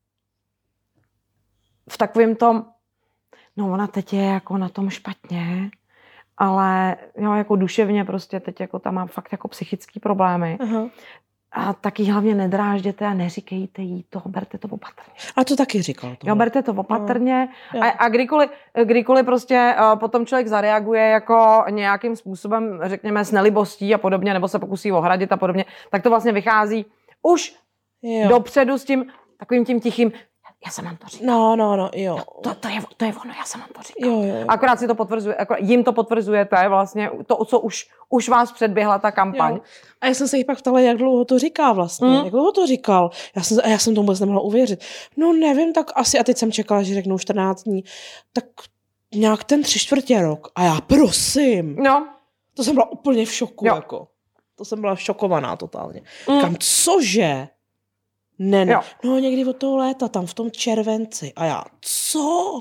S2: v takovém tom, no ona teď je jako na tom špatně, ale jo, jako duševně prostě teď jako tam má fakt jako psychický problémy. Uh-huh. A taky hlavně nedrážděte a neříkejte jí to, berte to opatrně.
S1: A to taky říkal.
S2: Jo, berte to opatrně. No, a, a kdykoliv, kdykoliv prostě uh, potom člověk zareaguje jako nějakým způsobem, řekněme, s nelibostí a podobně, nebo se pokusí ohradit a podobně, tak to vlastně vychází už jo. dopředu s tím takovým tím tichým, já jsem vám to říkal.
S1: No, no, no, jo.
S2: No, to, to, je, to je ono, já jsem vám to říkal.
S1: Jo, jo, jo.
S2: Akorát si to potvrzuje, akorát jim to potvrzujete vlastně, to, co už, už vás předběhla ta kampaň.
S1: Jo. A já jsem se jich pak ptala, jak dlouho to říká vlastně, mm. jak dlouho to říkal. Já jsem, a já jsem tomu vůbec nemohla uvěřit. No nevím, tak asi, a teď jsem čekala, že řeknou čtrnáct dní, tak nějak ten tři čtvrtě rok. A já prosím.
S2: No.
S1: To jsem byla úplně v šoku,
S2: jo.
S1: jako. To jsem byla šokovaná totálně. Mm. Říkám, cože? Ne, ne. No někdy od toho léta, tam v tom červenci. A já, co?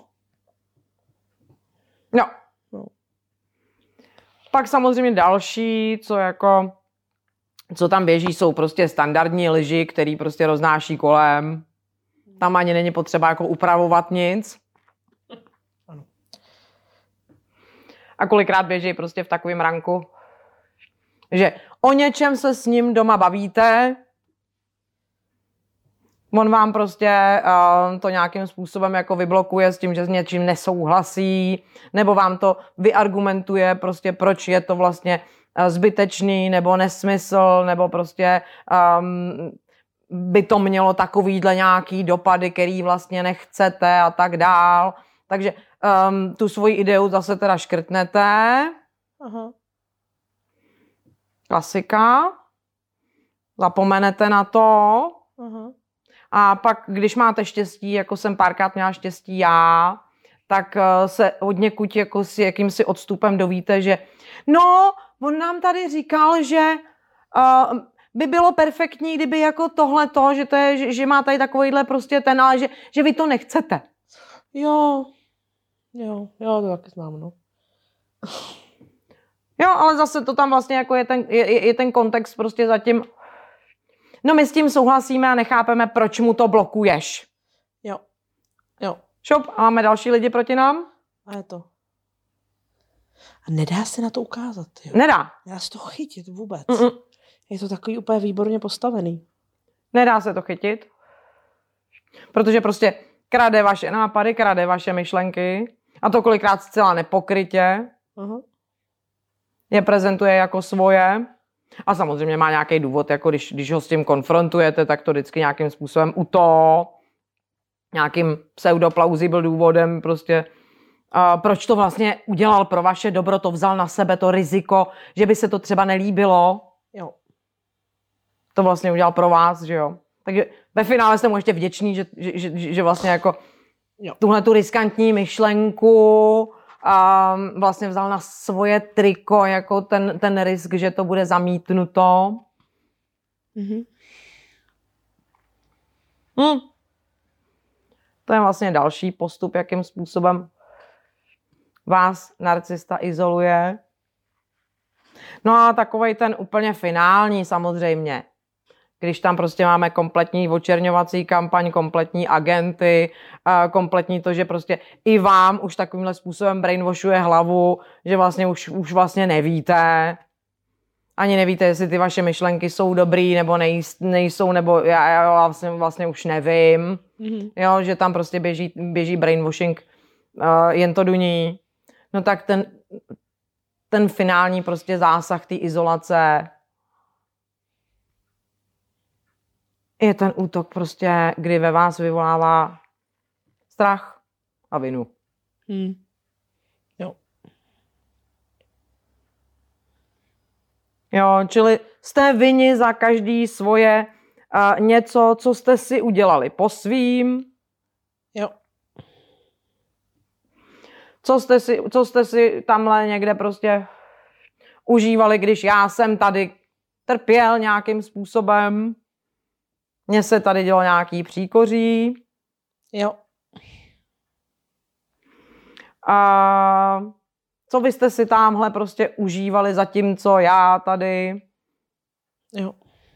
S2: No. no. Pak samozřejmě další, co jako, co tam běží, jsou prostě standardní lži, který prostě roznáší kolem. Tam ani není potřeba jako upravovat nic.
S1: Ano.
S2: A kolikrát běží prostě v takovém ranku, že o něčem se s ním doma bavíte, on vám prostě uh, to nějakým způsobem jako vyblokuje s tím, že s něčím nesouhlasí, nebo vám to vyargumentuje prostě, proč je to vlastně uh, zbytečný, nebo nesmysl, nebo prostě um, by to mělo takovýhle nějaký dopady, který vlastně nechcete a tak dál. Takže um, tu svoji ideu zase teda škrtnete. Aha. Klasika. Zapomenete na to. Aha. A pak, když máte štěstí, jako jsem párkrát měla štěstí já, tak se od někud jako s jakýmsi odstupem dovíte, že no, on nám tady říkal, že uh, by bylo perfektní, kdyby jako tohleto, že, to je, že, že má tady takovýhle prostě ten, ale že, že vy to nechcete.
S1: Jo, jo, jo, to taky znám, no.
S2: Jo, ale zase to tam vlastně jako je ten, je, je ten kontext prostě zatím. No my s tím souhlasíme a nechápeme, proč mu to blokuješ.
S1: Jo. Jo.
S2: Šop, a máme další lidi proti nám?
S1: A je to. A nedá se na to ukázat. Jo.
S2: Nedá.
S1: Nedá se to chytit vůbec.
S2: Mm-mm.
S1: Je to takový úplně výborně postavený.
S2: Nedá se to chytit. Protože prostě krade vaše nápady, krade vaše myšlenky a to kolikrát zcela nepokrytě. Uh-huh. Je prezentuje jako svoje a samozřejmě má nějaký důvod, jako když, když ho s tím konfrontujete, tak to vždycky nějakým způsobem u to, nějakým pseudoplausible důvodem prostě, uh, proč to vlastně udělal pro vaše dobro, to vzal na sebe to riziko, že by se to třeba nelíbilo.
S1: Jo.
S2: To vlastně udělal pro vás, že jo. Takže ve finále jsem mu ještě vděčný, že, že, že, že vlastně jako tuhle tu riskantní myšlenku a vlastně vzal na svoje triko jako ten, ten risk, že to bude zamítnuto. Mm-hmm. Hm. To je vlastně další postup, jakým způsobem vás narcista izoluje. No a takovej ten úplně finální samozřejmě. Když tam prostě máme kompletní očerňovací kampaň, kompletní agenty, kompletní to, že prostě i vám už takovýmhle způsobem brainwashuje hlavu, že vlastně už, už vlastně nevíte. Ani nevíte, jestli ty vaše myšlenky jsou dobrý, nebo nejsou, nebo já, já vlastně, vlastně už nevím. Mm-hmm. Jo, že tam prostě běží, běží brainwashing, uh, jen to duní. No tak ten, ten finální prostě zásah té izolace je ten útok prostě, kdy ve vás vyvolává strach a vinu. Hmm.
S1: Jo.
S2: Jo, čili jste vini za každý svoje uh, něco, co jste si udělali po svým.
S1: Jo.
S2: Co jste si, co jste si tamhle někde prostě užívali, když já jsem tady trpěl nějakým způsobem. Mně se tady dělo nějaký příkoří.
S1: Jo.
S2: A co vy jste si tamhle prostě užívali, zatímco já tady.
S1: Jo.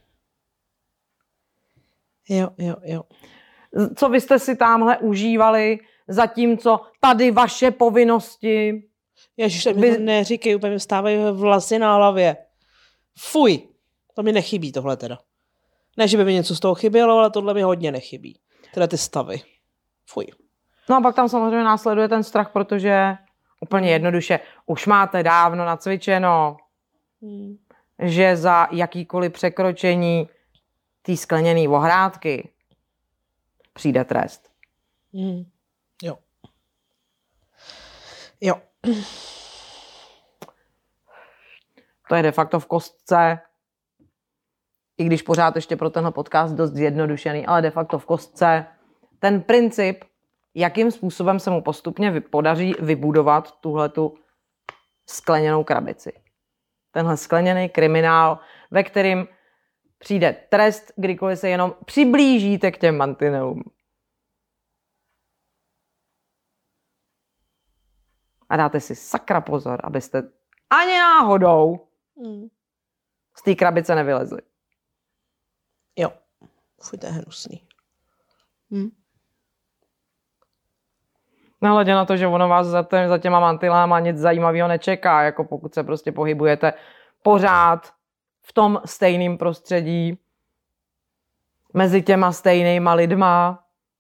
S1: Jo, jo, jo.
S2: Co vy jste si tamhle užívali, zatímco tady vaše povinnosti.
S1: Ježiš, tak mi to neříkej, úplně mi stávají vlasy na hlavě. Fuj, to mi nechybí tohle teda. Ne, že by mi něco z toho chybělo, ale tohle mi hodně nechybí. Teda ty stavy. Fuj.
S2: No a pak tam samozřejmě následuje ten strach, protože úplně jednoduše už máte dávno nacvičeno, hmm. že za jakýkoliv překročení té skleněné ohrádky přijde trest.
S1: Hmm. Jo. Jo.
S2: To je de facto v kostce, i když pořád ještě pro tenhle podcast dost zjednodušený, ale de facto v kostce ten princip, jakým způsobem se mu postupně podaří vybudovat tuhletu skleněnou krabici. Tenhle skleněný kriminál, ve kterým přijde trest, kdykoliv se jenom přiblížíte k těm mantinelům. A dáte si sakra pozor, abyste ani náhodou mm. z té krabice nevylezli.
S1: Jo. Fuj, to je hnusný. Hm.
S2: Nehledě na to, že ono vás za, tě, za těma mantiláma nic zajímavého nečeká, jako pokud se prostě pohybujete pořád v tom stejném prostředí, mezi těma stejnýma lidma,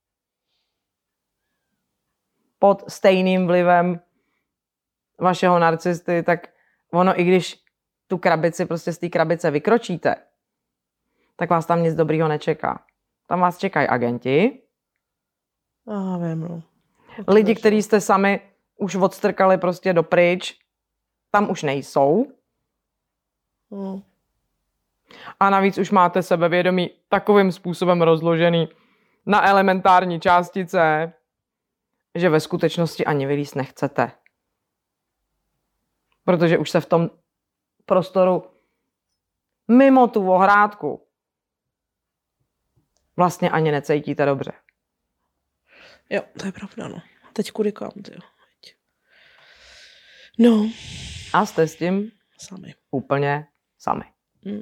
S2: pod stejným vlivem vašeho narcisty, tak ono, i když tu krabici, prostě z té krabice vykročíte, tak vás tam nic dobrýho nečeká. Tam vás čekají agenti.
S1: Aha, vím, no.
S2: Lidi, kteří jste sami už odstrkali prostě dopryč, tam už nejsou. Hmm. A navíc už máte sebevědomí takovým způsobem rozložený na elementární částice, že ve skutečnosti ani vylízt nechcete. Protože už se v tom prostoru mimo tu ohrádku vlastně ani necítíte dobře.
S1: Jo, to je pravda, no. Teď kudy kam, tyjo. No.
S2: A jste s tím
S1: Sami.
S2: Úplně sami.
S1: Hmm.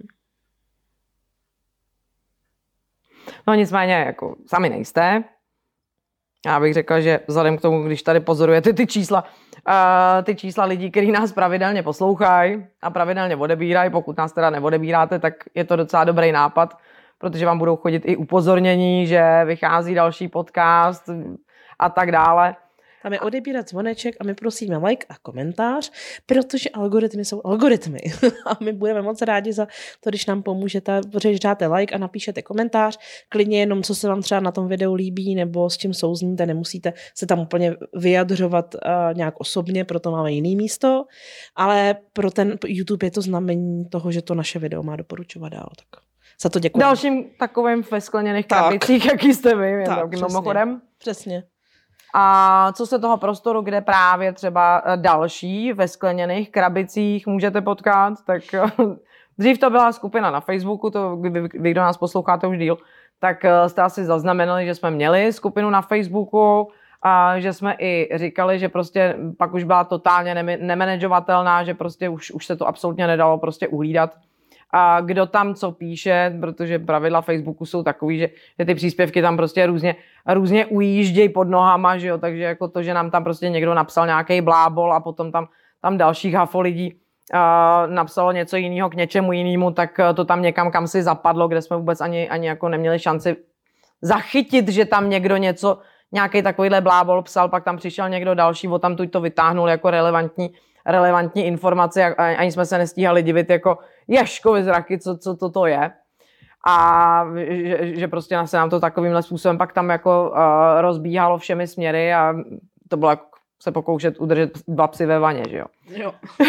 S2: No nicméně, jako sami nejste. Já bych řekla, že vzhledem k tomu, když tady pozorujete ty čísla, uh, ty čísla lidí, kteří nás pravidelně poslouchají a pravidelně odebírají, pokud nás teda neodebíráte, tak je to docela dobrý nápad, protože vám budou chodit i upozornění, že vychází další podcast a tak dále.
S1: Tam je odebírat zvoneček a my prosíme like a komentář, protože algoritmy jsou algoritmy. A my budeme moc rádi za to, když nám pomůžete, protože dáte like a napíšete komentář, klidně jenom, co se vám třeba na tom videu líbí, nebo s čím souzníte, nemusíte se tam úplně vyjadřovat uh, nějak osobně, proto máme jiný místo, ale pro ten YouTube je to znamení toho, že to naše video má doporučovat dál. Tak za to děkuji.
S2: Dalším takovým ve skleněných krabicích, jaký jste vy,
S1: tak,
S2: takým mimochodem.
S1: Přesně.
S2: A co se toho prostoru, kde právě třeba další ve skleněných krabicích můžete potkat, tak dřív to byla skupina na Facebooku, to vy, vy kdo nás posloucháte už díl, tak jste asi zaznamenali, že jsme měli skupinu na Facebooku a že jsme i říkali, že prostě pak už byla totálně nemanažovatelná, že prostě už, už se to absolutně nedalo prostě uhlídat. A kdo tam co píše, protože pravidla Facebooku jsou takový, že, že ty příspěvky tam prostě různě, různě ujíždějí pod nohama, že jo, takže jako to, že nám tam prostě někdo napsal nějaký blábol a potom tam, tam dalších hafo lidí uh, napsalo něco jiného k něčemu jinému, tak to tam někam kam si zapadlo, kde jsme vůbec ani, ani jako neměli šanci zachytit, že tam někdo něco, nějaký takovýhle blábol psal, pak tam přišel někdo další, o tam tuď to vytáhnul jako relevantní relevantní informace, ani jsme se nestíhali divit jako Ježkovi zraky, co, co to, to je. A že, že prostě se nám to takovýmhle způsobem pak tam jako uh, rozbíhalo všemi směry a to bylo jako se pokoušet udržet dva psy ve vaně, že jo.
S1: Jo.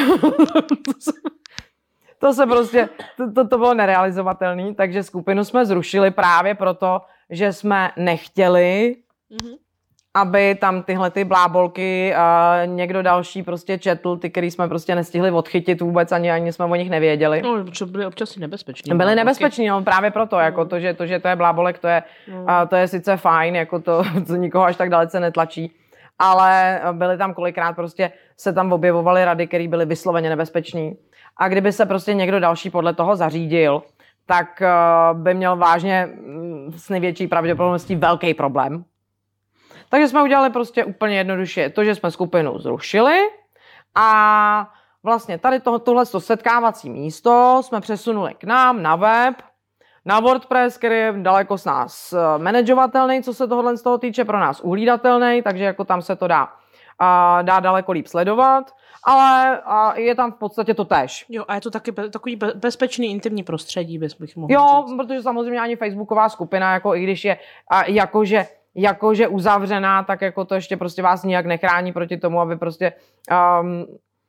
S2: To se prostě, to, to, to bylo nerealizovatelné, takže skupinu jsme zrušili právě proto, že jsme nechtěli, mm-hmm. aby tam tyhle ty blábolky uh, někdo další prostě četl, ty, který jsme prostě nestihli odchytit vůbec, ani, ani jsme o nich nevěděli.
S1: No, protože byly občas i nebezpeční.
S2: Byly blábolky. nebezpeční, no právě proto, no. jako to, že, to, že to je blábolek, to je, no. uh, to je sice fajn, jako to, to nikoho až tak dalece netlačí, ale byly tam kolikrát prostě, se tam objevovaly rady, které byly vysloveně nebezpeční. A kdyby se prostě někdo další podle toho zařídil, tak uh, by měl vážně mm, s největší pravděpodobností velký problém. Takže jsme udělali prostě úplně jednoduše to, že jsme skupinu zrušili a vlastně tady toho, tohle setkávací místo jsme přesunuli k nám na web, na WordPress, který je daleko s nás manažovatelný, co se tohle z toho týče, pro nás uhlídatelný, takže jako tam se to dá, dá daleko líp sledovat, ale je tam v podstatě to též.
S1: Jo, a je to taky be, takový bezpečný intimní prostředí, bych mohl
S2: Jo,
S1: říct.
S2: Protože samozřejmě ani facebooková skupina, jako i když je jakože jakože uzavřená, tak jako to ještě prostě vás nijak nechrání proti tomu, aby prostě um,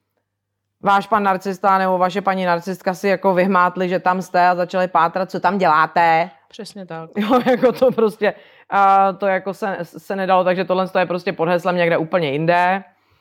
S2: váš pan narcista nebo vaše paní narcistka si jako vyhmátli, že tam jste a začali pátrat, co tam děláte.
S1: Přesně tak.
S2: Jo, jako to prostě, uh, to jako se, se nedalo, takže tohle je prostě pod heslem někde úplně jinde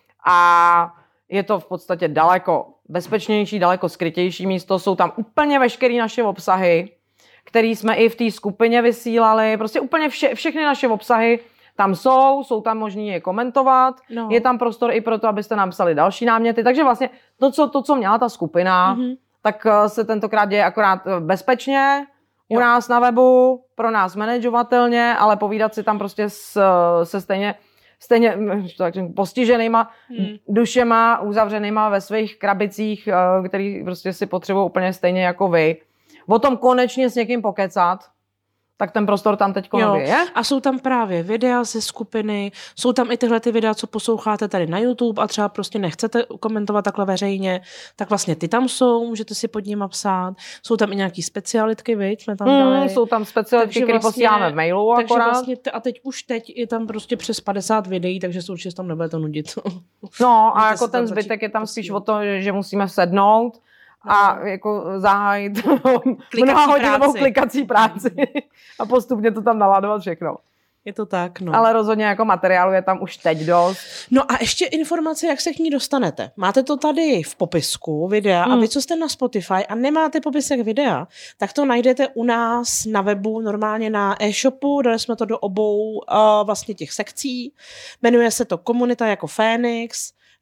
S2: a je to v podstatě daleko bezpečnější, daleko skrytější místo, jsou tam úplně veškeré naše obsahy, který jsme i v té skupině vysílali, prostě úplně vše, všechny naše obsahy tam jsou, jsou tam možný je komentovat, no. Je tam prostor i pro to, abyste nám psali další náměty, takže vlastně to, co, to, co měla ta skupina, mm-hmm. tak se tentokrát děje akorát bezpečně, u jo. nás na webu, pro nás manažovatelně, ale povídat si tam prostě s, se stejně, stejně tak, postiženýma hmm. dušema, uzavřenýma ve svých krabicích, který prostě si potřebují úplně stejně jako vy. O tom konečně s někým pokecat, tak ten prostor tam teď je.
S1: A jsou tam právě videa ze skupiny, jsou tam i tyhle ty videa, co posloucháte tady na YouTube a třeba prostě nechcete komentovat takhle veřejně, tak vlastně ty tam jsou, můžete si pod nimi psát. Jsou tam i nějaký specialitky, viď, jsme tam dali.
S2: Hmm, jsou tam specialitky, které vlastně, posíláme v mailu
S1: takže
S2: akorát.
S1: Vlastně t- a teď už teď je tam prostě přes padesát videí, takže se určitě tam nebude to nudit.
S2: No a jako ten zbytek je tam spíš o to, že musíme sednout a jako zahájit mnohahodinovou klikací práci a postupně to tam naládovat všechno.
S1: Je to tak, no.
S2: Ale rozhodně jako materiálu je tam už teď dost.
S1: No a ještě informace, jak se k ní dostanete. Máte to tady v popisku videa mm. a vy, co jste na Spotify a nemáte popisek videa, tak to najdete u nás na webu, normálně na e-shopu, dali jsme to do obou uh, vlastně těch sekcí. Jmenuje se to Komunita jako Fénix.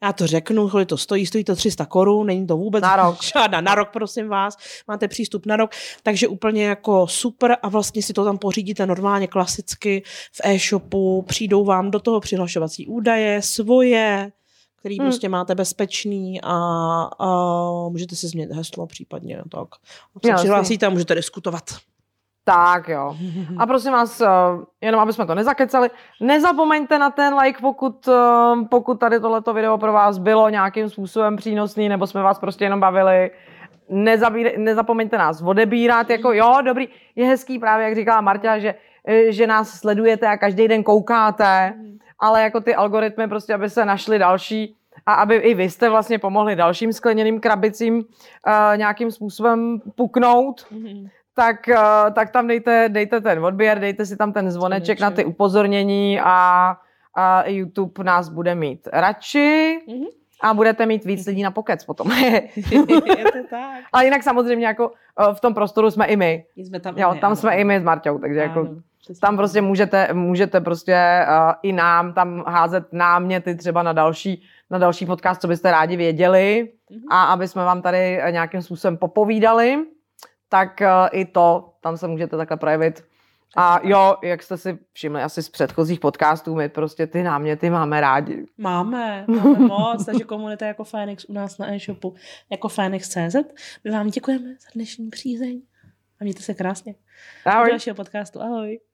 S1: Já to řeknu, kolik to stojí, stojí to tři sta korun, není to vůbec
S2: na rok.
S1: žádná, na rok, prosím vás, máte přístup na rok, takže úplně jako super a vlastně si to tam pořídíte normálně klasicky v e-shopu, přijdou vám do toho přihlašovací údaje, svoje, který hmm. prostě máte bezpečný a, a můžete si změnit heslo případně, tak. A se přihlásíte a můžete diskutovat.
S2: Tak jo. A prosím vás, jenom aby jsme to nezakecali, nezapomeňte na ten like, pokud, pokud tady tohleto video pro vás bylo nějakým způsobem přínosný, nebo jsme vás prostě jenom bavili. Nezabíre, nezapomeňte nás odebírat, jako jo, dobrý, je hezký právě, jak říkala Marta, že, že nás sledujete a každý den koukáte, ale jako ty algoritmy prostě, aby se našly další a aby i vy jste vlastně pomohli dalším skleněným krabicím uh, nějakým způsobem puknout, mm-hmm. tak, uh, tak tam dejte, dejte ten odběr, dejte si tam ten zvoneček na ty upozornění a, a YouTube nás bude mít radši mm-hmm. a budete mít víc lidí na pokec potom.
S1: Je to tak.
S2: Ale jinak samozřejmě jako uh, v tom prostoru jsme i my.
S1: Jsme tam,
S2: jo,
S1: my,
S2: tam
S1: ano.
S2: jsme i my s Marťou, takže
S1: ano.
S2: jako tam prostě můžete, můžete prostě uh, i nám tam házet náměty třeba na další, na další podcast, co byste rádi věděli mm-hmm. a aby jsme vám tady nějakým způsobem popovídali, tak uh, i to, tam se můžete takhle projevit. A jo, jak jste si všimli asi z předchozích podcastů, my prostě ty náměty máme rádi.
S1: Máme, máme moc, takže komunita jako Fénix u nás na e-shopu, jako Fénix tečka cé zet. My vám děkujeme za dnešní přízeň a mějte se krásně.
S2: Ahoj.
S1: Do dalšího podcastu, ahoj.